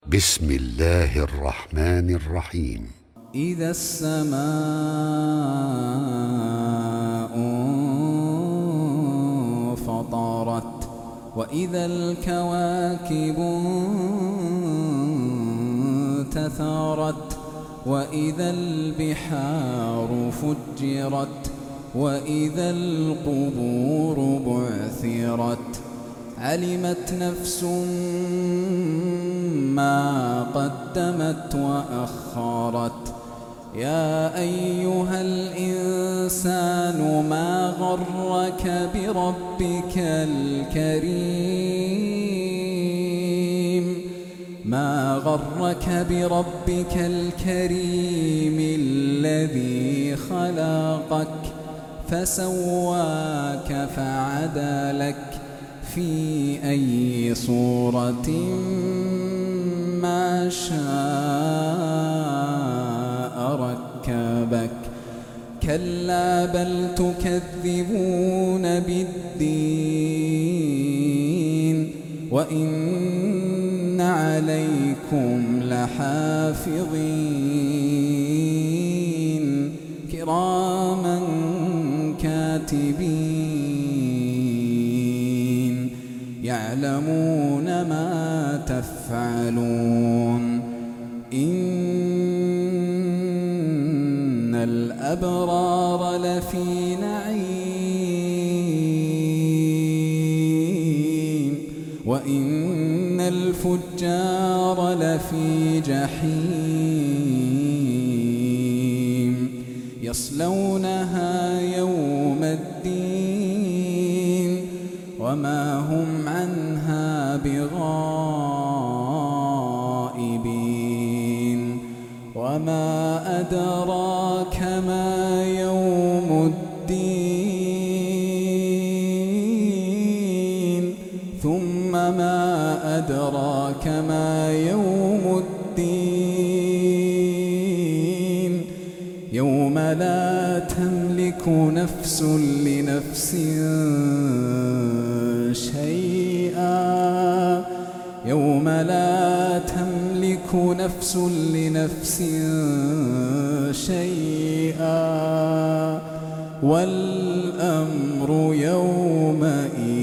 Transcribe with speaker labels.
Speaker 1: بسم الله الرحمن الرحيم.
Speaker 2: إذا السماء انفطرت وإذا الكواكب انتثرت وإذا البحار فجرت وإذا القبور بعثرت علمت نفس ما قدمت وأخرت يا أيها الإنسان ما غرك بربك الكريم الذي خلقك فسواك فعدلك في أي صورة ما شاء ركبك كلا بل تكذبون بالدين وإن عليكم لحافظين كراما كاتبين يعلمون ما تفعلون إن الأبرار لفي نعيم وإن الفجار لفي جحيم يصلونها يوم الدين وما هم عنها بغائبين وما أدراك ما يوم الدين ثم ما أدراك ما يوم الدين يوم لا تملك نفس لنفس شيئا يوم لا تملك نفس لنفس شيئا والأمر يومئذ